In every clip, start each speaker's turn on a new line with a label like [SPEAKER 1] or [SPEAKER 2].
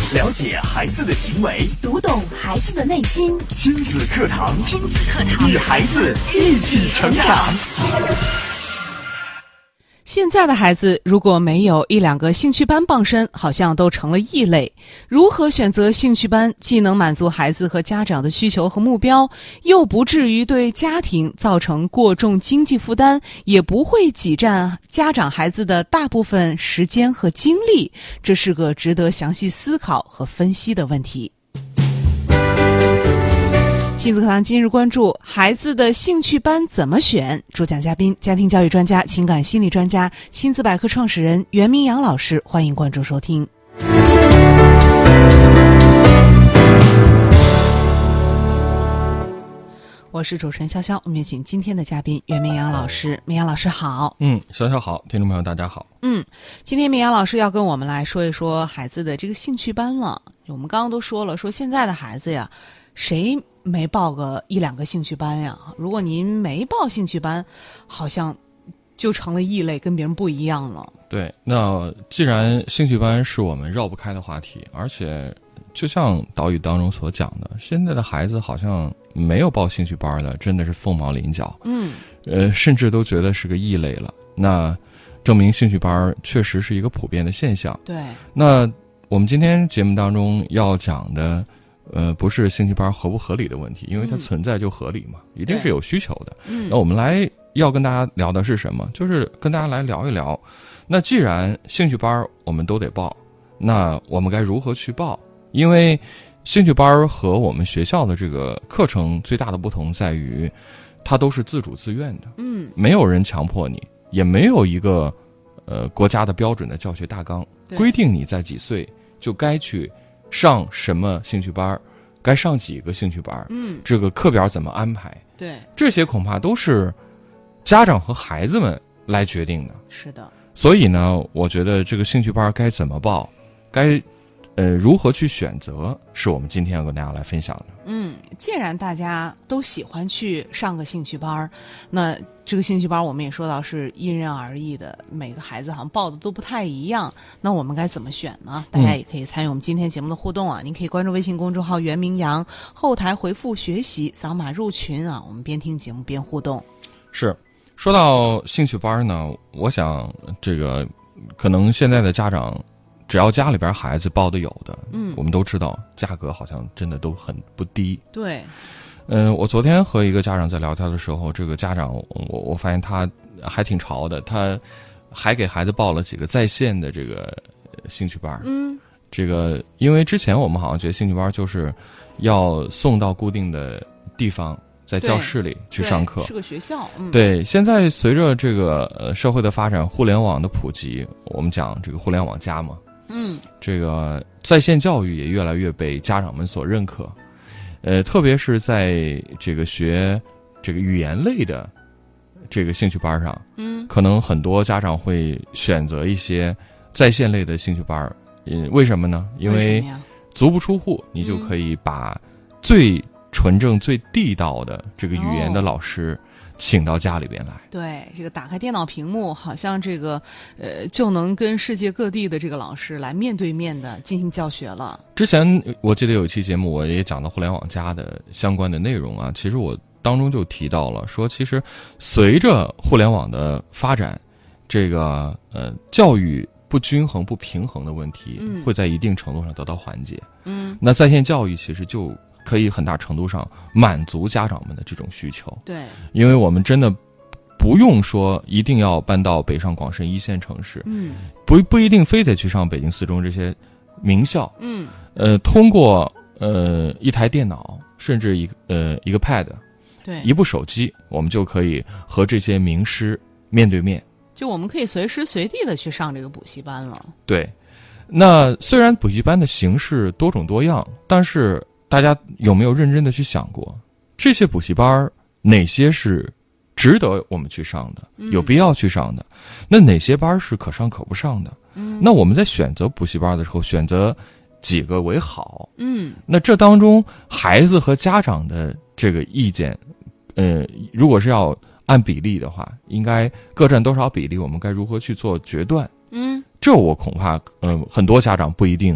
[SPEAKER 1] 了解孩子的行为，
[SPEAKER 2] 读懂孩子的内心。
[SPEAKER 1] 亲子课堂，与孩子一起成长。
[SPEAKER 3] 现在的孩子如果没有一两个兴趣班傍身，好像都成了异类。如何选择兴趣班，既能满足孩子和家长的需求和目标，又不至于对家庭造成过重经济负担，也不会挤占家长孩子的大部分时间和精力，这是个值得详细思考和分析的问题。亲子课堂今日关注孩子的兴趣班怎么选，主讲嘉宾家庭教育专家、情感心理专家、亲子百科创始人袁明阳老师，欢迎关注收听。我是主持人潇潇，我们也请今天的嘉宾袁明阳老师。明阳老师好。
[SPEAKER 4] 潇潇好，听众朋友大家好。
[SPEAKER 3] 今天明阳老师要跟我们来说一说孩子的这个兴趣班了。我们刚刚都说了，说现在的孩子呀，谁没报个一两个兴趣班呀？如果您没报兴趣班，好像就成了异类，跟别人不一样了。
[SPEAKER 4] 对，那既然兴趣班是我们绕不开的话题，而且就像导语当中所讲的，现在的孩子好像没有报兴趣班的，真的是凤毛麟角。甚至都觉得是个异类了。那证明兴趣班确实是一个普遍的现象。
[SPEAKER 3] 对。那
[SPEAKER 4] 我们今天节目当中要讲的不是兴趣班合不合理的问题，因为它存在就合理嘛，一定是有需求的。那我们要跟大家聊的是什么？就是跟大家来聊一聊，那既然兴趣班我们都得报，那我们该如何去报？因为兴趣班和我们学校的这个课程最大的不同在于，它都是自主自愿的。没有人强迫你，也没有一个国家的标准的教学大纲规定你在几岁就该去上什么兴趣班，该上几个兴趣班，这个课表怎么安排，
[SPEAKER 3] 对，
[SPEAKER 4] 这些恐怕都是家长和孩子们来决定的。
[SPEAKER 3] 是的。
[SPEAKER 4] 所以呢，我觉得这个兴趣班该怎么报，该如何去选择，是我们今天要跟大家来分享的。
[SPEAKER 3] 既然大家都喜欢去上个兴趣班，那这个兴趣班我们也说到是因人而异的，每个孩子好像报的都不太一样。那我们该怎么选呢？大家也可以参与我们今天节目的互动啊！您可以关注微信公众号袁明阳，后台回复学习，扫码入群啊！我们边听节目边互动。
[SPEAKER 4] 是，说到兴趣班呢，我想这个可能现在的家长，只要家里边孩子报的有的，我们都知道价格好像真的都很不低。
[SPEAKER 3] 对。
[SPEAKER 4] 我昨天和一个家长在聊天的时候，这个家长我发现他还挺潮的，他还给孩子报了几个在线的这个兴趣班。这个因为之前我们好像觉得兴趣班就是要送到固定的地方，在教室里去上课，
[SPEAKER 3] 是个学校。
[SPEAKER 4] 对，现在随着这个社会的发展，互联网的普及，我们讲这个互联网加嘛，这个在线教育也越来越被家长们所认可。特别是在这个学这个语言类的这个兴趣班上，可能很多家长会选择一些在线类的兴趣班。为什么呢？因为足不出户，你就可以把最纯正、最地道的这个语言的老师请到家里边来。
[SPEAKER 3] 对，这个打开电脑屏幕，好像这个就能跟世界各地的这个老师来面对面的进行教学了。
[SPEAKER 4] 之前我记得有一期节目，我也讲到互联网加的相关的内容啊。其实我当中就提到了，说其实随着互联网的发展，这个教育不均衡、不平衡的问题，会在一定程度上得到缓解。那在线教育其实就可以很大程度上满足家长们的这种需求。
[SPEAKER 3] 对，
[SPEAKER 4] 因为我们真的不用说一定要搬到北上广深一线城市，不一定非得去上北京四中这些名校。通过一台电脑，甚至一个 pad，
[SPEAKER 3] 对，
[SPEAKER 4] 一部手机，我们就可以和这些名师面对面。
[SPEAKER 3] 就我们可以随时随地的去上这个补习班了。
[SPEAKER 4] 对，那虽然补习班的形式多种多样，但是大家有没有认真的去想过，这些补习班哪些是值得我们去上的，有必要去上的？那哪些班是可上可不上的？那我们在选择补习班的时候，选择几个为好？那这当中孩子和家长的这个意见，如果是要按比例的话，应该各占多少比例？我们该如何去做决断？这我恐怕很多家长不一定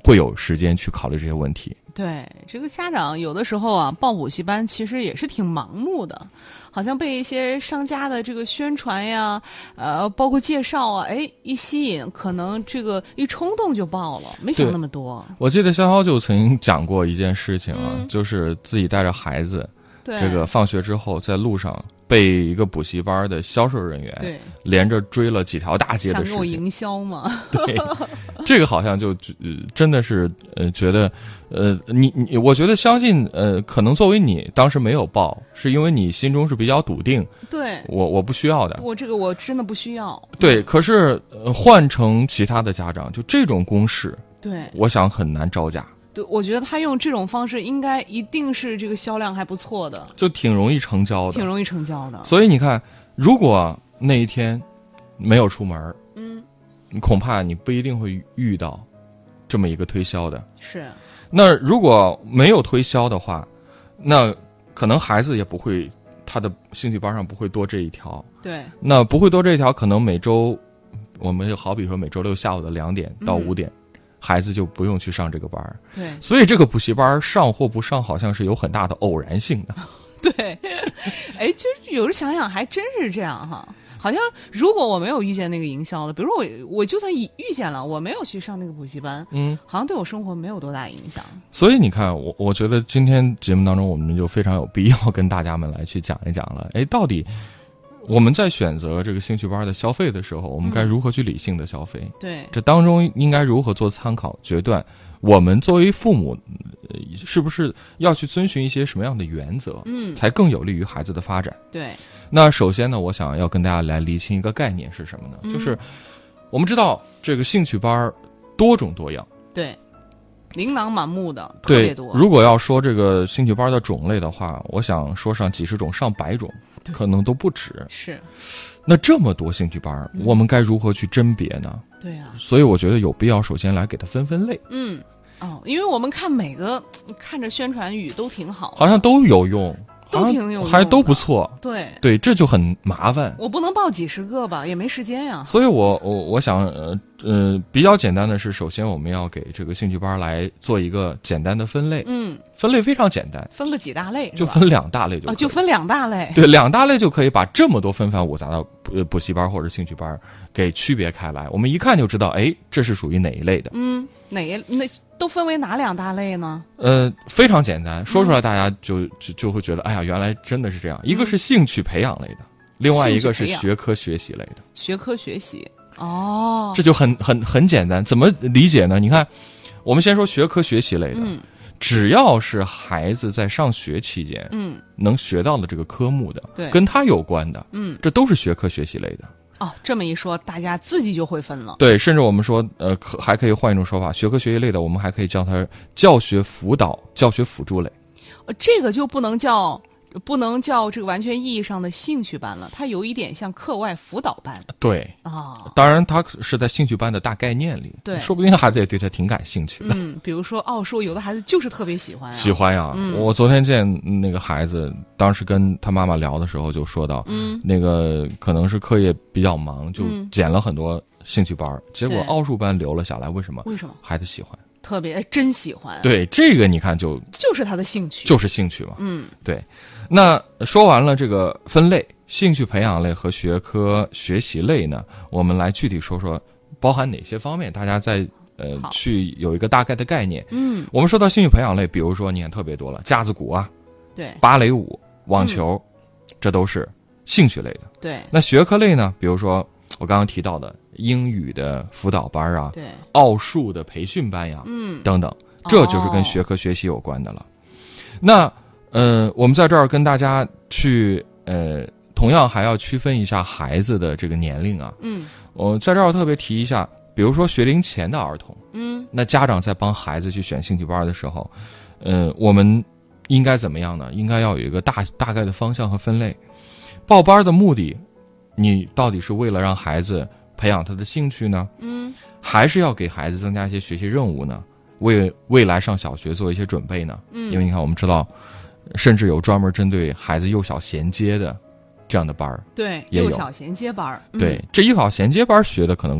[SPEAKER 4] 会有时间去考虑这些问题。
[SPEAKER 3] 对，这个家长有的时候啊，报补习班其实也是挺盲目的，好像被一些商家的这个宣传呀，包括介绍啊，一吸引，可能这个一冲动就报了，没想那么多。
[SPEAKER 4] 我记得潇潇就曾经讲过一件事情啊，就是自己带着孩子，这个放学之后在路上被一个补习班的销售人员连着追了几条大街的事情，
[SPEAKER 3] 想给我营销吗？
[SPEAKER 4] 对，这个好像就真的是觉得我觉得相信可能作为你当时没有报，是因为你心中是比较笃定，
[SPEAKER 3] 对，
[SPEAKER 4] 我不需要的，
[SPEAKER 3] 我这个我真的不需要。
[SPEAKER 4] 对，可是换成其他的家长，就这种公式，
[SPEAKER 3] 对，
[SPEAKER 4] 我想很难招架。
[SPEAKER 3] 对，我觉得他用这种方式，应该一定是这个销量还不错的，
[SPEAKER 4] 就挺容易成交的，
[SPEAKER 3] 挺容易成交的。
[SPEAKER 4] 所以你看，如果那一天没有出门，恐怕你不一定会遇到这么一个推销的。
[SPEAKER 3] 是。
[SPEAKER 4] 那如果没有推销的话，那可能孩子也不会，他的兴趣班上不会多这一条。
[SPEAKER 3] 对。
[SPEAKER 4] 那不会多这一条，可能每周，我们就好比说每周六下午的2点到5点。孩子就不用去上这个班。
[SPEAKER 3] 对，
[SPEAKER 4] 所以这个补习班上或不上好像是有很大的偶然性的。
[SPEAKER 3] 对，就有时想想还真是这样哈。好像如果我没有遇见那个营销的，比如说我就算遇见了，我没有去上那个补习班，好像对我生活没有多大影响。
[SPEAKER 4] 所以你看，我觉得今天节目当中我们就非常有必要跟大家们来去讲一讲了。到底我们在选择这个兴趣班的消费的时候，我们该如何去理性的消费？
[SPEAKER 3] 对，
[SPEAKER 4] 这当中应该如何做参考决断？我们作为父母，是不是要去遵循一些什么样的原则？才更有利于孩子的发展？
[SPEAKER 3] 对。
[SPEAKER 4] 那首先呢，我想要跟大家来厘清一个概念是什么呢？就是我们知道这个兴趣班多种多样，
[SPEAKER 3] 对，琳琅满目的，特别多。
[SPEAKER 4] 如果要说这个兴趣班的种类的话，我想说上几十种、上百种，可能都不止。
[SPEAKER 3] 是。
[SPEAKER 4] 那这么多兴趣班，我们该如何去甄别呢？
[SPEAKER 3] 对啊。
[SPEAKER 4] 所以我觉得有必要首先来给它分类。
[SPEAKER 3] 因为我们看每个看着宣传语都挺好，
[SPEAKER 4] 好像都有用。
[SPEAKER 3] 都挺有用的，
[SPEAKER 4] 还都不错。
[SPEAKER 3] 对，
[SPEAKER 4] 这就很麻烦。
[SPEAKER 3] 我不能报几十个吧，也没时间呀。
[SPEAKER 4] 所以我想比较简单的是，首先我们要给这个兴趣班来做一个简单的分类。分类非常简单，
[SPEAKER 3] 分个几大类，
[SPEAKER 4] 就分2大类就可以。
[SPEAKER 3] 就分2大类。
[SPEAKER 4] 对，2大类就可以把这么多纷繁复杂的补习班或者兴趣班给区别开来。我们一看就知道，这是属于哪一类的。
[SPEAKER 3] 那都分为哪2大类呢？
[SPEAKER 4] 非常简单，说出来大家就会觉得，哎呀，原来真的是这样。一个是兴趣培养类的，另外一个是学科学习类的。
[SPEAKER 3] 学科学习，
[SPEAKER 4] 这就很简单。怎么理解呢？你看，我们先说学科学习类的，只要是孩子在上学期间，能学到的这个科目的，
[SPEAKER 3] 对，
[SPEAKER 4] 跟他有关的，这都是学科学习类的。
[SPEAKER 3] 这么一说，大家自己就会分了。
[SPEAKER 4] 对，甚至我们说，还可以换一种说法，学科学习类的，我们还可以叫它教学辅导、教学辅助类。
[SPEAKER 3] 这个就不能叫这个完全意义上的兴趣班了，它有一点像课外辅导班。
[SPEAKER 4] 对当然它是在兴趣班的大概念里，
[SPEAKER 3] 对，
[SPEAKER 4] 说不定孩子也对它挺感兴趣的。
[SPEAKER 3] 比如说奥数，有的孩子就是特别喜欢
[SPEAKER 4] 呀。我昨天见那个孩子，当时跟他妈妈聊的时候就说到，那个可能是课业比较忙，就捡了很多兴趣班，结果奥数班留了下来。为什么？孩子喜欢。
[SPEAKER 3] 特别真喜欢。
[SPEAKER 4] 对，这个你看
[SPEAKER 3] 就是他的兴趣，
[SPEAKER 4] 就是兴趣嘛。对。那说完了这个分类，兴趣培养类和学科学习类呢，我们来具体说说包含哪些方面，大家在去有一个大概的概念。我们说到兴趣培养类，比如说你看特别多了，架子鼓啊，
[SPEAKER 3] 对，
[SPEAKER 4] 芭蕾舞、网球，这都是兴趣类的。
[SPEAKER 3] 对。
[SPEAKER 4] 那学科类呢，比如说我刚刚提到的英语的辅导班啊，
[SPEAKER 3] 对，
[SPEAKER 4] 奥数的培训班呀，等等，这就是跟学科学习有关的了。那我们在这儿跟大家去同样还要区分一下孩子的这个年龄啊。我在这儿特别提一下，比如说学龄前的儿童，那家长在帮孩子去选兴趣班的时候，我们应该怎么样呢？应该要有一个大概的方向和分类。报班的目的，你到底是为了让孩子培养他的兴趣呢？还是要给孩子增加一些学习任务呢？为未来上小学做一些准备呢？因为你看，我们知道，甚至有专门针对孩子幼小衔接的这样的班儿。
[SPEAKER 3] 对，幼小衔接班。
[SPEAKER 4] 对，这幼小衔接班学的可能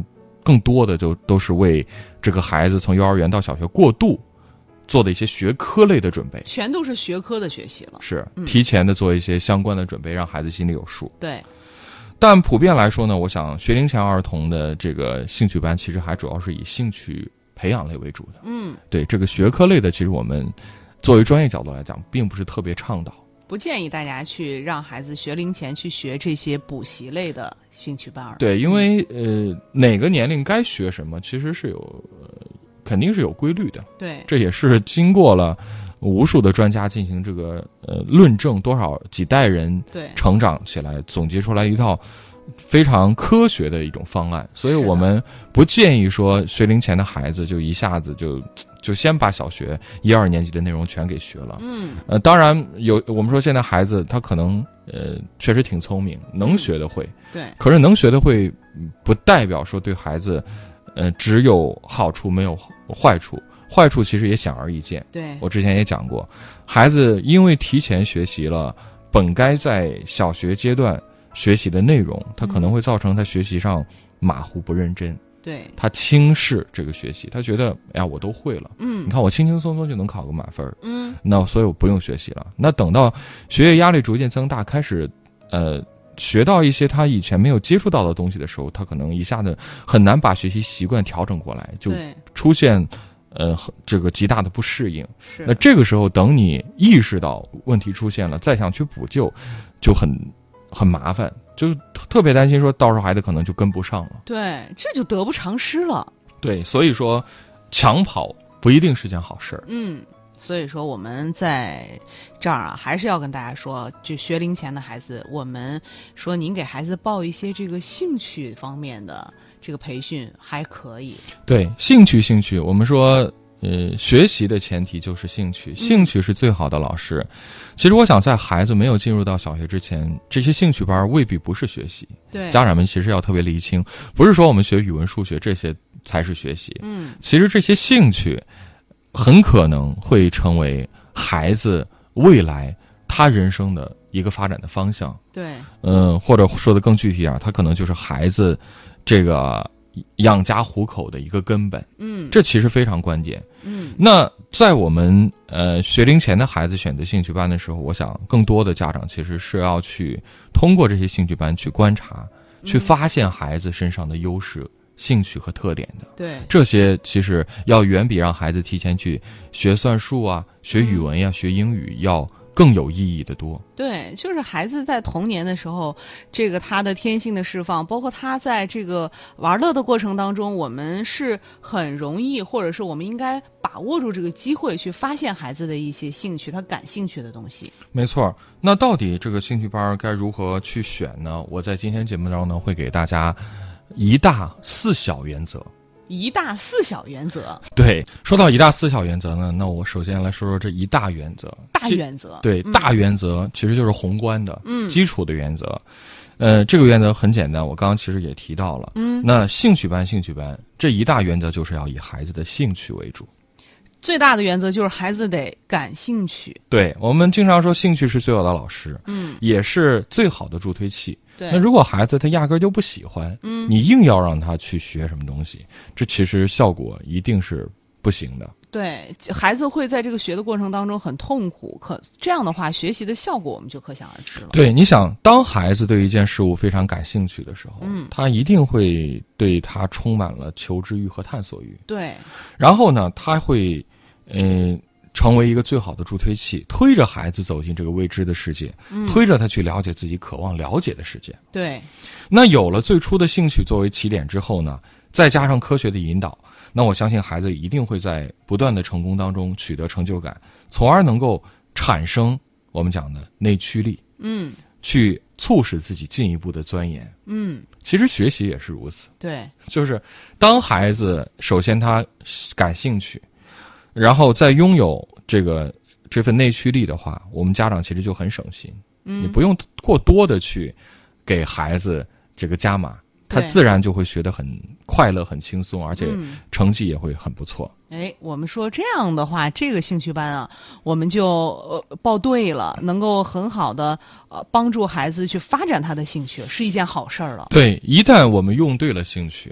[SPEAKER 4] 更多的都是为这个孩子从幼儿园到小学过渡做的一些学科类的准备，
[SPEAKER 3] 全都是学科的学习了，
[SPEAKER 4] 是提前的做一些相关的准备，让孩子心里有数。
[SPEAKER 3] 对。
[SPEAKER 4] 但普遍来说呢，我想学龄前儿童的这个兴趣班其实还主要是以兴趣培养类为主的。对，这个学科类的，其实我们作为专业角度来讲，并不是特别倡导，
[SPEAKER 3] 不建议大家去让孩子学龄前去学这些补习类的兴趣班。
[SPEAKER 4] 对，因为哪个年龄该学什么，其实是有肯定是有规律的。
[SPEAKER 3] 对，
[SPEAKER 4] 这也是经过了无数的专家进行这个论证，几代人成长起来，总结出来一套非常科学的一种方案。所以我们不建议说学龄前的孩子就一下子就先把小学1、2年级的内容全给学了。当然我们说现在孩子他可能确实挺聪明，能学的会。
[SPEAKER 3] 对。
[SPEAKER 4] 可是能学的会不代表说对孩子只有好处没有坏处。坏处其实也显而易见。
[SPEAKER 3] 对，
[SPEAKER 4] 我之前也讲过，孩子因为提前学习了本该在小学阶段学习的内容，他可能会造成他学习上马虎不认真。
[SPEAKER 3] 对，
[SPEAKER 4] 他轻视这个学习，他觉得哎呀我都会了，你看我轻轻松松就能考个满分，那所以我不用学习了。那等到学业压力逐渐增大，开始学到一些他以前没有接触到的东西的时候，他可能一下子很难把学习习惯调整过来，就出现这个极大的不适应。
[SPEAKER 3] 是。
[SPEAKER 4] 那这个时候等你意识到问题出现了，再想去补救就很麻烦，就特别担心说到时候孩子可能就跟不上了。
[SPEAKER 3] 对，这就得不偿失了。
[SPEAKER 4] 对，所以说抢跑不一定是件好事儿。
[SPEAKER 3] 所以说我们在这儿啊，还是要跟大家说，就学龄前的孩子，我们说您给孩子报一些这个兴趣方面的这个培训还可以。对，
[SPEAKER 4] 兴趣，我们说学习的前提就是兴趣，兴趣是最好的老师。其实我想在孩子没有进入到小学之前，这些兴趣班未必不是学习。
[SPEAKER 3] 对，
[SPEAKER 4] 家长们其实要特别厘清，不是说我们学语文数学这些才是学习。其实这些兴趣很可能会成为孩子未来他人生的一个发展的方向。
[SPEAKER 3] 对，
[SPEAKER 4] 或者说的更具体点，他可能就是孩子这个养家糊口的一个根本。这其实非常关键。那在我们学龄前的孩子选择兴趣班的时候，我想更多的家长其实是要去通过这些兴趣班去观察，去发现孩子身上的优势、兴趣和特点的。
[SPEAKER 3] 对，
[SPEAKER 4] 这些其实要远比让孩子提前去学算术啊、学语文呀、学英语要更有意义的多。
[SPEAKER 3] 对，就是孩子在童年的时候，这个他的天性的释放，包括他在这个玩乐的过程当中，我们是很容易，或者是我们应该把握住这个机会去发现孩子的一些兴趣，他感兴趣的东西。
[SPEAKER 4] 没错。那到底这个兴趣班该如何去选呢？我在今天节目当中呢，会给大家1大4小原则。
[SPEAKER 3] 1大4小原则。
[SPEAKER 4] 对，说到1大4小原则呢，那我首先来说说这1大原则。
[SPEAKER 3] 大原则。
[SPEAKER 4] 对，大原则其实就是宏观的、基础的原则。这个原则很简单，我刚刚其实也提到了。那兴趣班这1大原则就是要以孩子的兴趣为主。
[SPEAKER 3] 最大的原则就是孩子得感兴趣。
[SPEAKER 4] 对，我们经常说兴趣是最好的老师，也是最好的助推器。
[SPEAKER 3] 对，
[SPEAKER 4] 那如果孩子他压根就不喜欢，你硬要让他去学什么东西，这其实效果一定是不行的。
[SPEAKER 3] 对，孩子会在这个学的过程当中很痛苦，这样的话学习的效果我们就可想而知了。
[SPEAKER 4] 对，你想当孩子对一件事物非常感兴趣的时候，他一定会对他充满了求知欲和探索欲。
[SPEAKER 3] 对，
[SPEAKER 4] 然后呢，他会成为一个最好的助推器，推着孩子走进这个未知的世界，推着他去了解自己渴望了解的世界。
[SPEAKER 3] 对，
[SPEAKER 4] 那有了最初的兴趣作为起点之后呢，再加上科学的引导，那我相信孩子一定会在不断的成功当中取得成就感，从而能够产生我们讲的内驱力，去促使自己进一步的钻研。其实学习也是如此。
[SPEAKER 3] 对，
[SPEAKER 4] 就是当孩子首先他感兴趣，然后再拥有这份内驱力的话，我们家长其实就很省心。你不用过多的去给孩子这个加码，他自然就会学得很快乐、很轻松，而且成绩也会很不错。
[SPEAKER 3] 我们说这样的话，这个兴趣班啊，我们就报对了，能够很好的帮助孩子去发展他的兴趣，是一件好事儿了。
[SPEAKER 4] 对，一旦我们用对了兴趣，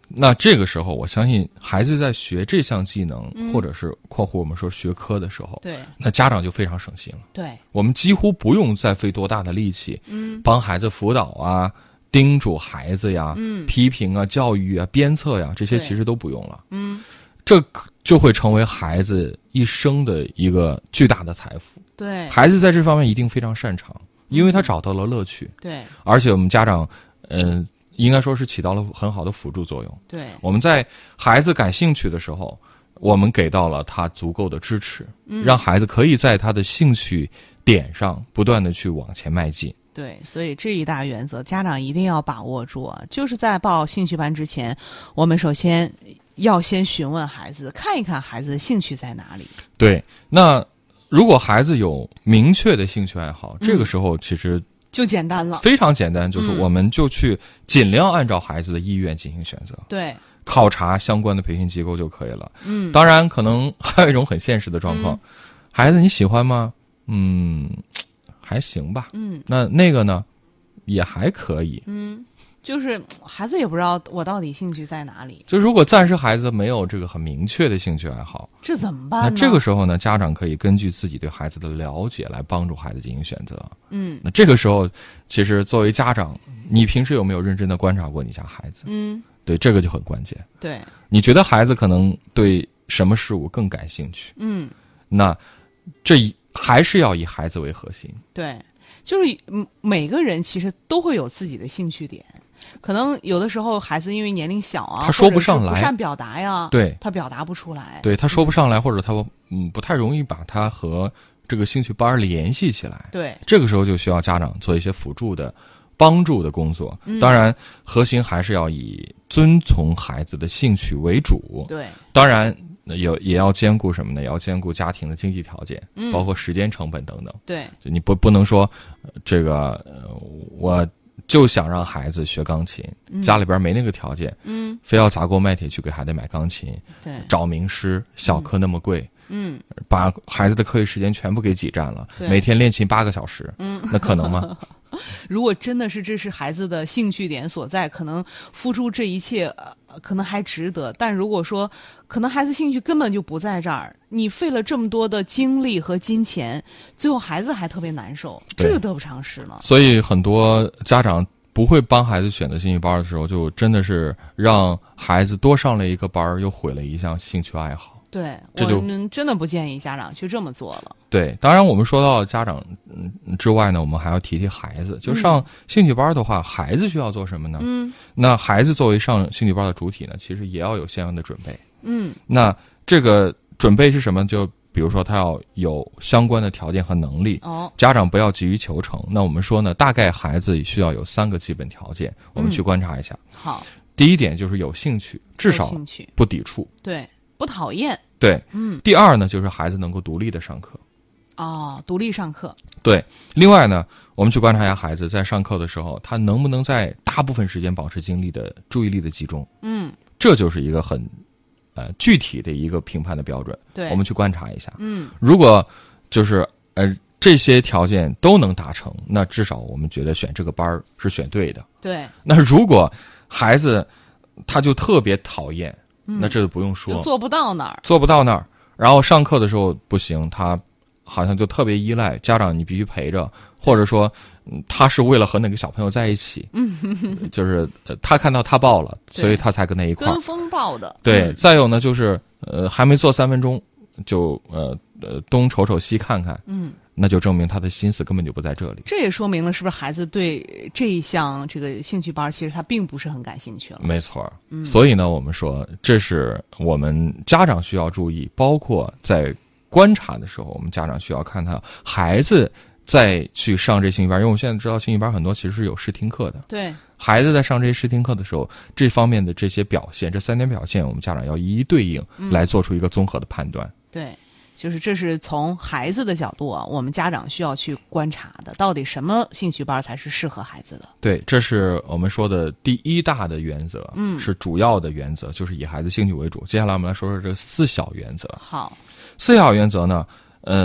[SPEAKER 4] 那这个时候，我相信孩子在学这项技能，或者是括弧我们说学科的时候，
[SPEAKER 3] 对，
[SPEAKER 4] 那家长就非常省心了。
[SPEAKER 3] 对，
[SPEAKER 4] 我们几乎不用再费多大的力气，帮孩子辅导啊、叮嘱孩子呀、批评啊、教育啊、鞭策呀，这些其实都不用了。这就会成为孩子一生的一个巨大的财富。
[SPEAKER 3] 对，
[SPEAKER 4] 孩子在这方面一定非常擅长，因为他找到了乐趣。
[SPEAKER 3] 对，
[SPEAKER 4] 而且我们家长，应该说是起到了很好的辅助作用。
[SPEAKER 3] 对，
[SPEAKER 4] 我们在孩子感兴趣的时候，我们给到了他足够的支持，让孩子可以在他的兴趣点上不断的去往前迈进。
[SPEAKER 3] 对，所以这一大原则，家长一定要把握住啊！就是在报兴趣班之前，我们首先要先询问孩子，看一看孩子的兴趣在哪里。
[SPEAKER 4] 对，那如果孩子有明确的兴趣爱好，这个时候其实
[SPEAKER 3] 就简单了，
[SPEAKER 4] 非常简单，就是我们就去尽量按照孩子的意愿进行选择。
[SPEAKER 3] 对，
[SPEAKER 4] 考察相关的培训机构就可以了。当然可能还有一种很现实的状况，孩子你喜欢吗？还行吧。那个呢，也还可以。
[SPEAKER 3] 就是孩子也不知道我到底兴趣在哪里。
[SPEAKER 4] 就如果暂时孩子没有这个很明确的兴趣爱好，
[SPEAKER 3] 这怎么办呢？
[SPEAKER 4] 那这个时候呢，家长可以根据自己对孩子的了解来帮助孩子进行选择。那这个时候，其实作为家长，你平时有没有认真的观察过你家孩子？对，这个就很关键。
[SPEAKER 3] 对，
[SPEAKER 4] 你觉得孩子可能对什么事物更感兴趣？那这还是要以孩子为核心。
[SPEAKER 3] 对，就是每个人其实都会有自己的兴趣点。可能有的时候孩子因为年龄小啊，
[SPEAKER 4] 他说不上来，
[SPEAKER 3] 不善表达呀，
[SPEAKER 4] 对，
[SPEAKER 3] 他表达不出来，
[SPEAKER 4] 对，他说不上来，或者他不太容易把他和这个兴趣班联系起来。
[SPEAKER 3] 对，
[SPEAKER 4] 这个时候就需要家长做一些辅助的帮助的工作。当然，核心还是要以遵从孩子的兴趣为主。
[SPEAKER 3] 对，
[SPEAKER 4] 当然也要兼顾什么呢？也要兼顾家庭的经济条件，包括时间成本等等。
[SPEAKER 3] 对，
[SPEAKER 4] 就你不能说这个我就想让孩子学钢琴，家里边没那个条件，非要砸锅卖铁去给孩子买钢琴，
[SPEAKER 3] 对，
[SPEAKER 4] 找名师，小课那么贵，把孩子的课余时间全部给挤占了，每天练琴8个小时，那可能吗？
[SPEAKER 3] 如果真的是这是孩子的兴趣点所在，可能付出这一切，可能还值得。但如果说可能孩子兴趣根本就不在这儿，你费了这么多的精力和金钱，最后孩子还特别难受，这就得不偿失了。
[SPEAKER 4] 所以很多家长不会帮孩子选择兴趣班的时候，就真的是让孩子多上了一个班，又毁了一项兴趣爱好。
[SPEAKER 3] 对，我们真的不建议家长去这么做了。
[SPEAKER 4] 对，当然我们说到家长之外呢，我们还要提孩子。就上兴趣班的话，孩子需要做什么呢？那孩子作为上兴趣班的主体呢，其实也要有相应的准备。那这个准备是什么？就比如说他要有相关的条件和能力。家长不要急于求成。那我们说呢，大概孩子需要有3个基本条件，我们去观察一下。
[SPEAKER 3] 好，
[SPEAKER 4] 第一点就是有兴趣，至少不抵触。
[SPEAKER 3] 对，不讨厌。
[SPEAKER 4] 对，第二呢，就是孩子能够独立的上课。
[SPEAKER 3] 独立上课。
[SPEAKER 4] 对，另外呢，我们去观察一下孩子在上课的时候，他能不能在大部分时间保持注意力的集中。这就是一个很具体的一个评判的标准。
[SPEAKER 3] 对，
[SPEAKER 4] 我们去观察一下。如果就是这些条件都能达成，那至少我们觉得选这个班是选对的。
[SPEAKER 3] 对。
[SPEAKER 4] 那如果孩子他就特别讨厌，那这就不用说，
[SPEAKER 3] 就做不到那儿，
[SPEAKER 4] 然后上课的时候不行，他好像就特别依赖家长，你必须陪着，或者说他是为了和哪个小朋友在一起，就是他看到他抱了，所以他才跟他一块儿
[SPEAKER 3] 跟风抱的。
[SPEAKER 4] 对，再有呢就是还没做3分钟就东瞅瞅西看看，那就证明他的心思根本就不在这里。
[SPEAKER 3] 这也说明了是不是孩子对这一项这个兴趣班其实他并不是很感兴趣了。
[SPEAKER 4] 没错。所以呢，我们说这是我们家长需要注意，包括在观察的时候，我们家长需要看他孩子再去上这兴趣班，因为我们现在知道兴趣班很多其实是有试听课的。
[SPEAKER 3] 对，
[SPEAKER 4] 孩子在上这些试听课的时候，这方面的这些表现，这3点表现，我们家长要一一对应，来做出一个综合的判断。
[SPEAKER 3] 对，就是这是从孩子的角度啊，我们家长需要去观察的，到底什么兴趣班才是适合孩子的。
[SPEAKER 4] 对，这是我们说的第1大的原则，是主要的原则，就是以孩子兴趣为主。接下来我们来说说这个4小原则。
[SPEAKER 3] 好，
[SPEAKER 4] 4小原则呢，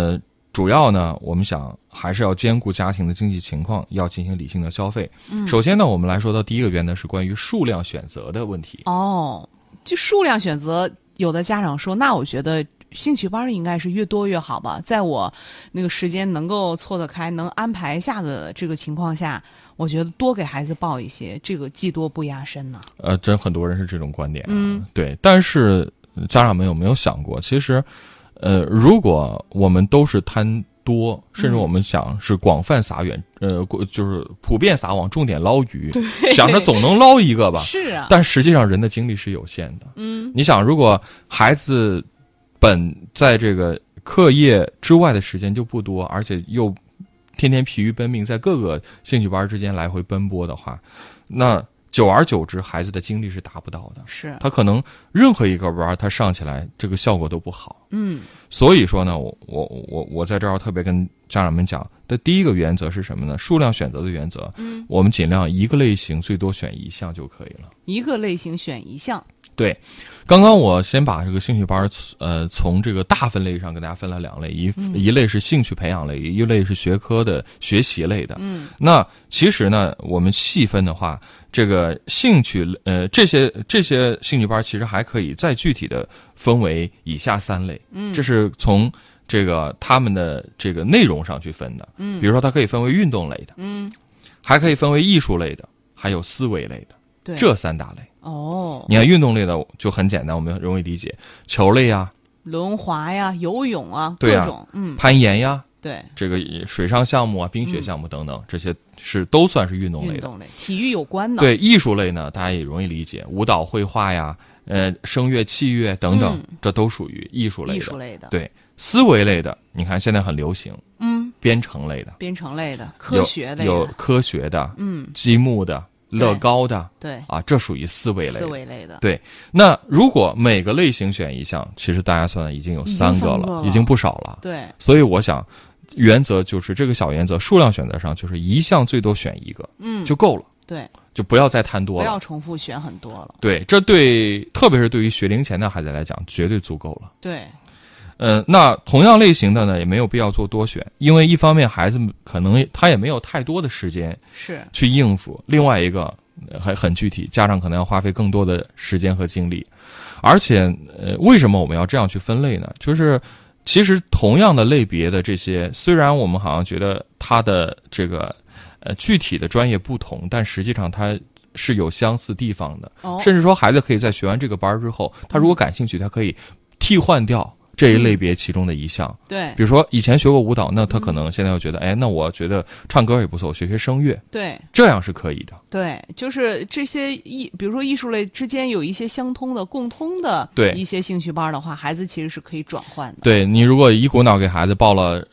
[SPEAKER 4] 主要呢，我们想还是要兼顾家庭的经济情况，要进行理性的消费。首先呢，我们来说到第一个原则是关于数量选择的问题。
[SPEAKER 3] 就数量选择，有的家长说，那我觉得兴趣班应该是越多越好吧，在我那个时间能够错得开，能安排下的这个情况下，我觉得多给孩子报一些，这个技多不压身呢。
[SPEAKER 4] 真很多人是这种观点。对，但是家长们有没有想过，其实如果我们都是贪多，甚至我们想是广泛撒网，就是普遍撒网，重点捞鱼，想着总能捞一个吧。
[SPEAKER 3] 是啊。
[SPEAKER 4] 但实际上人的精力是有限的。你想，如果孩子本在这个课业之外的时间就不多，而且又天天疲于奔命，在各个兴趣班之间来回奔波的话，那久而久之，孩子的精力是达不到的。
[SPEAKER 3] 是，他
[SPEAKER 4] 可能任何一个班他上起来，这个效果都不好。所以说呢，我在这儿特别跟家长们讲的第一个原则是什么呢？数量选择的原则。我们尽量一个类型最多选一项就可以了。
[SPEAKER 3] 一个类型选一项。
[SPEAKER 4] 对，刚刚我先把这个兴趣班从这个大分类上跟大家分了两类，一类是兴趣培养类，一类是学科的学习类的。那其实呢，我们细分的话，这个兴趣这些兴趣班其实还可以再具体的分为以下3类。这是从这个他们的这个内容上去分的。比如说它可以分为运动类的，还可以分为艺术类的，还有思维类的。
[SPEAKER 3] 对，
[SPEAKER 4] 这3大类。你看运动类的就很简单，我们容易理解，球类呀、
[SPEAKER 3] 轮滑呀、游泳啊，
[SPEAKER 4] 对
[SPEAKER 3] 各种
[SPEAKER 4] 攀岩呀，
[SPEAKER 3] 对，
[SPEAKER 4] 这个水上项目啊、冰雪项目等等，这些都算是运动类的。
[SPEAKER 3] 运动类，体育有关的。
[SPEAKER 4] 对，艺术类呢，大家也容易理解，舞蹈、绘画呀、声乐、器乐等等，这都属于艺术类的。
[SPEAKER 3] 艺术类的。
[SPEAKER 4] 对，思维类的，你看现在很流行，编程类的，科学类的，有科学的，积木的。乐高的，
[SPEAKER 3] 对
[SPEAKER 4] 啊，这属于思维类
[SPEAKER 3] 的。
[SPEAKER 4] 对，那如果每个类型选一项，其实大家算已经有3个了，已经不少了。
[SPEAKER 3] 对，
[SPEAKER 4] 所以我想，原则就是这个小原则，数量选择上就是一项最多选一个，就够了。
[SPEAKER 3] 对，
[SPEAKER 4] 就不要再贪多了，
[SPEAKER 3] 不要重复选很多了。
[SPEAKER 4] 对，这特别是对于学龄前的孩子来讲，绝对足够了。
[SPEAKER 3] 对。
[SPEAKER 4] 那同样类型的呢，也没有必要做多选，因为一方面孩子可能他也没有太多的时间
[SPEAKER 3] 是去
[SPEAKER 4] 应付，另外一个很具体，家长可能要花费更多的时间和精力。而且为什么我们要这样去分类呢？就是其实同样的类别的这些，虽然我们好像觉得它的这个具体的专业不同，但实际上它是有相似地方的。甚至说孩子可以在学完这个班之后，他如果感兴趣，他可以替换掉这一类别其中的一项。
[SPEAKER 3] 对，
[SPEAKER 4] 比如说以前学过舞蹈，那他可能现在又觉得，那我觉得唱歌也不错，我学声乐。
[SPEAKER 3] 对，
[SPEAKER 4] 这样是可以的。
[SPEAKER 3] 对，就是这些比如说艺术类之间有一些相通的、共通的一些兴趣班的话，孩子其实是可以转换的。
[SPEAKER 4] 对，你如果一股脑给孩子报了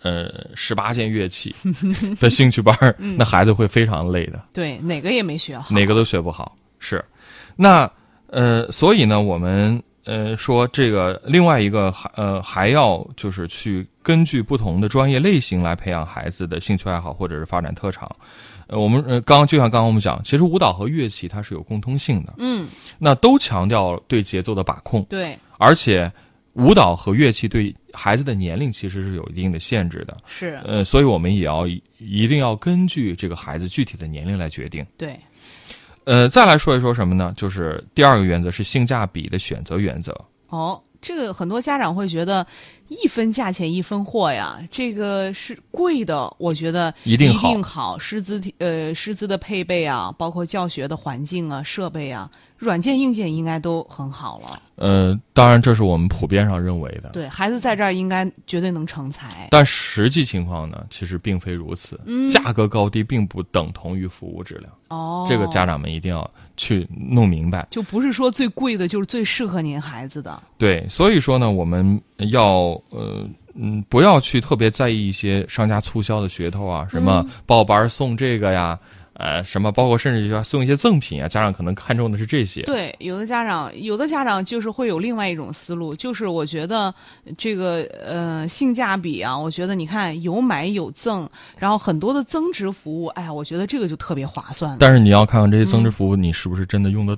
[SPEAKER 4] 18件乐器的兴趣班，那孩子会非常累的。
[SPEAKER 3] 对，哪个也没学好，
[SPEAKER 4] 哪个都学不好。是，那所以呢，我们说这个另外一个还要就是去根据不同的专业类型来培养孩子的兴趣爱好或者是发展特长。我们就像刚刚我们讲，其实舞蹈和乐器它是有共通性的。那都强调对节奏的把控。
[SPEAKER 3] 对，
[SPEAKER 4] 而且舞蹈和乐器对孩子的年龄其实是有一定的限制的。
[SPEAKER 3] 是。
[SPEAKER 4] 所以我们也一定要根据这个孩子具体的年龄来决定。
[SPEAKER 3] 对。
[SPEAKER 4] 再来说一说什么呢？就是第二个原则是性价比的选择原则。
[SPEAKER 3] 这个很多家长会觉得一分价钱一分货呀，这个是贵的，我觉得一定好，师资的配备啊，包括教学的环境啊、设备啊，软件硬件应该都很好了。
[SPEAKER 4] 当然这是我们普遍上认为的。
[SPEAKER 3] 对，孩子在这儿应该绝对能成才。
[SPEAKER 4] 但实际情况呢，其实并非如此。价格高低并不等同于服务质量。这个家长们一定要去弄明白。
[SPEAKER 3] 就不是说最贵的就是最适合您孩子的。
[SPEAKER 4] 对，所以说呢，我们要不要去特别在意一些商家促销的噱头啊，什么报班送这个呀。什么包括甚至要送一些赠品啊，家长可能看重的是这些。
[SPEAKER 3] 对，有的家长就是会有另外一种思路，就是我觉得这个性价比啊，我觉得你看有买有赠，然后很多的增值服务，哎呀，我觉得这个就特别划算了。
[SPEAKER 4] 但是你要看看这些增值服务你是不是真的用得到。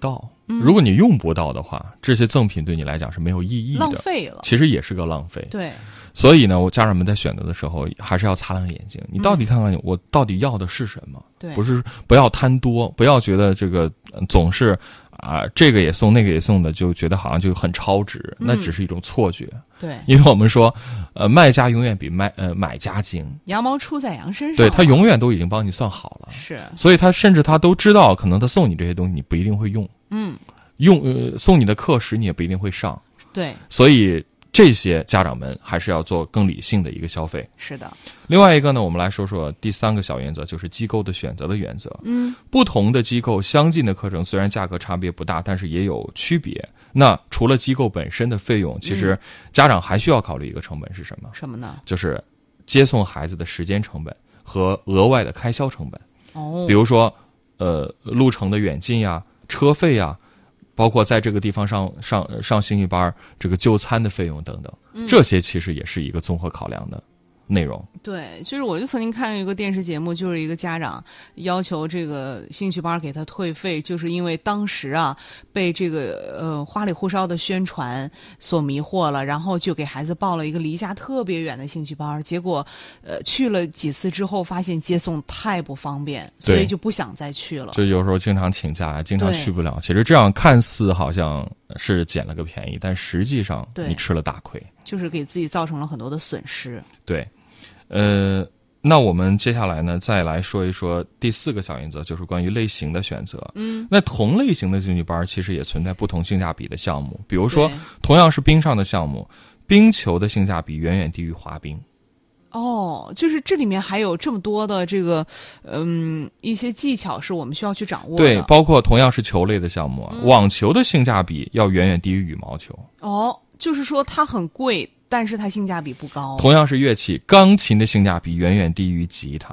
[SPEAKER 4] 如果你用不到的话，这些赠品对你来讲是没有意义的，
[SPEAKER 3] 浪费了，
[SPEAKER 4] 其实也是个浪费。
[SPEAKER 3] 对，
[SPEAKER 4] 所以呢，家长们在选择的时候还是要擦亮眼睛，你到底看看我到底要的是什么？
[SPEAKER 3] 对，
[SPEAKER 4] 不要贪多，不要觉得这个总是这个也送那个也送的，就觉得好像就很超值，那只是一种错觉。
[SPEAKER 3] 对，
[SPEAKER 4] 因为我们说，卖家永远比买家精，
[SPEAKER 3] 羊毛出在羊身上，
[SPEAKER 4] 对，他永远都已经帮你算好了，
[SPEAKER 3] 是，
[SPEAKER 4] 所以他甚至他都知道，可能他送你这些东西你不一定会用，送你的课时你也不一定会上，
[SPEAKER 3] 对，
[SPEAKER 4] 所以这些家长们还是要做更理性的一个消费。
[SPEAKER 3] 是的。
[SPEAKER 4] 另外一个呢，我们来说说第3个小原则，就是机构的选择的原则。不同的机构相近的课程虽然价格差别不大，但是也有区别。那除了机构本身的费用，其实家长还需要考虑一个成本是什么？
[SPEAKER 3] 什么呢？
[SPEAKER 4] 就是接送孩子的时间成本和额外的开销成本。比如说路程的远近呀、车费呀，包括在这个地方上兴趣班这个就餐的费用等等，这些其实也是一个综合考量的内容。
[SPEAKER 3] 对，就是我就曾经看过一个电视节目，就是一个家长要求这个兴趣班给他退费，就是因为当时被这个花里胡哨的宣传所迷惑了，然后就给孩子报了一个离家特别远的兴趣班，结果去了几次之后发现接送太不方便，所以就不想再去了。
[SPEAKER 4] 就有时候经常请假，经常去不了。其实这样看似好像是捡了个便宜，但实际上你吃了大亏，
[SPEAKER 3] 就是给自己造成了很多的损失。
[SPEAKER 4] 对。那我们接下来呢，再来说一说第4个小原则，就是关于类型的选择。那同类型的兴趣班其实也存在不同性价比的项目，比如说同样是冰上的项目，冰球的性价比远远低于滑冰。
[SPEAKER 3] 就是这里面还有这么多的这个一些技巧是我们需要去掌握的。
[SPEAKER 4] 对，包括同样是球类的项目，网球的性价比要远远低于羽毛球。
[SPEAKER 3] 就是说它很贵，但是它性价比不高。
[SPEAKER 4] 同样是乐器，钢琴的性价比远远低于吉他。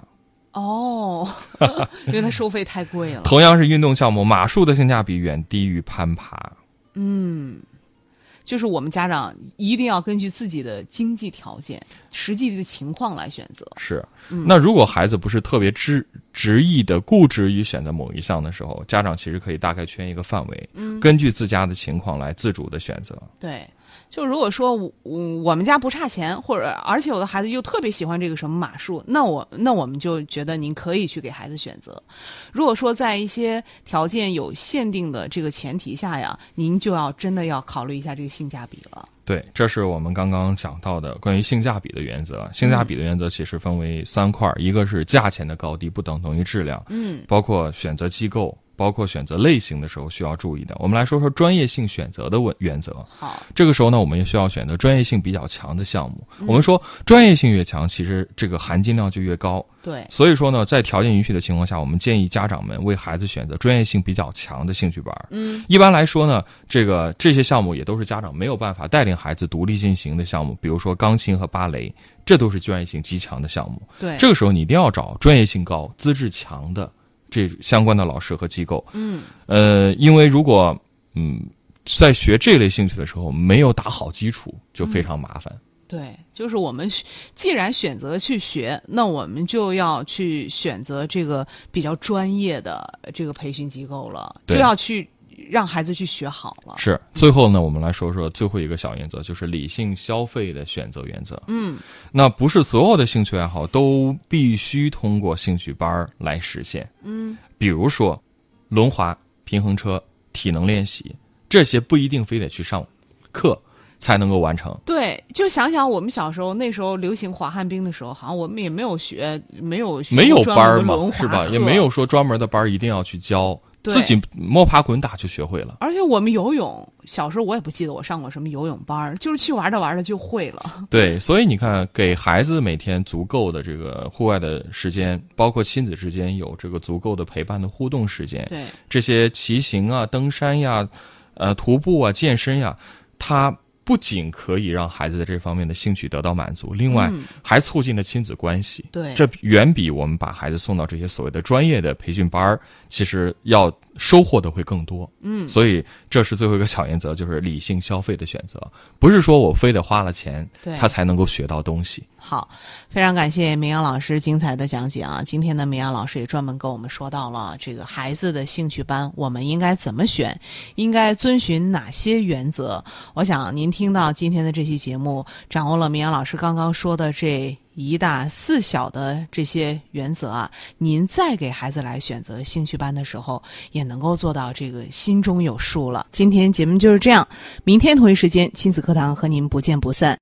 [SPEAKER 3] 因为它收费太贵了。
[SPEAKER 4] 同样是运动项目，马术的性价比远低于攀爬。
[SPEAKER 3] 就是我们家长一定要根据自己的经济条件、实际的情况来选择。
[SPEAKER 4] 是，那如果孩子不是特别执意的固执于选择某一项的时候，家长其实可以大概圈一个范围，根据自家的情况来自主的选择。
[SPEAKER 3] 对。就如果说我们家不差钱，或者而且有的孩子又特别喜欢这个什么马术，那我们就觉得您可以去给孩子选择。如果说在一些条件有限定的这个前提下呀，您就真的要考虑一下这个性价比了。
[SPEAKER 4] 对，这是我们刚刚讲到的关于性价比的原则。性价比的原则其实分为3块，一个是价钱的高低不等同于质量，包括选择机构，包括选择类型的时候需要注意的。我们来说说专业性选择的原则。
[SPEAKER 3] 好，
[SPEAKER 4] 这个时候呢，我们也需要选择专业性比较强的项目。我们说专业性越强，其实这个含金量就越高。
[SPEAKER 3] 对，
[SPEAKER 4] 所以说呢，在条件允许的情况下，我们建议家长们为孩子选择专业性比较强的兴趣班。一般来说呢，这些项目也都是家长没有办法带领孩子独立进行的项目，比如说钢琴和芭蕾，这都是专业性极强的项目。
[SPEAKER 3] 对，
[SPEAKER 4] 这个时候你一定要找专业性高、资质强的这相关的老师和机构。因为如果在学这类兴趣的时候没有打好基础，就非常麻烦。
[SPEAKER 3] 对，就是我们既然选择去学，那我们就要去选择这个比较专业的这个培训机构了，就要去让孩子去学好了。
[SPEAKER 4] 是，最后呢，我们来说说最后一个小原则，就是理性消费的选择原则。那不是所有的兴趣爱好都必须通过兴趣班来实现。比如说轮滑、平衡车、体能练习，这些不一定非得去上课才能够完成。
[SPEAKER 3] 对，就想想我们小时候，那时候流行滑旱冰的时候，好像我们也没有
[SPEAKER 4] 班嘛，是吧？也没有说专门的班一定要去教，自己摸爬滚打就学会了。
[SPEAKER 3] 而且我们游泳，小时候我也不记得我上过什么游泳班，就是去玩着玩着就会了。
[SPEAKER 4] 对，所以你看，给孩子每天足够的这个户外的时间，包括亲子之间有这个足够的陪伴的互动时间，
[SPEAKER 3] 对
[SPEAKER 4] 这些骑行啊、登山呀、徒步啊、健身呀，它不仅可以让孩子在这方面的兴趣得到满足，另外还促进了亲子关系。
[SPEAKER 3] 对，
[SPEAKER 4] 这远比我们把孩子送到这些所谓的专业的培训班其实要收获的会更多。所以这是最后一个小原则，就是理性消费的选择，不是说我非得花了钱他才能够学到东西。
[SPEAKER 3] 好，非常感谢明阳老师精彩的讲解啊！今天呢，明阳老师也专门跟我们说到了这个孩子的兴趣班，我们应该怎么选，应该遵循哪些原则。我想您听到今天的这期节目，掌握了明阳老师刚刚说的这一大四小的这些原则啊，您再给孩子来选择兴趣班的时候，也能够做到这个心中有数了。今天节目就是这样，明天同一时间亲子课堂和您不见不散。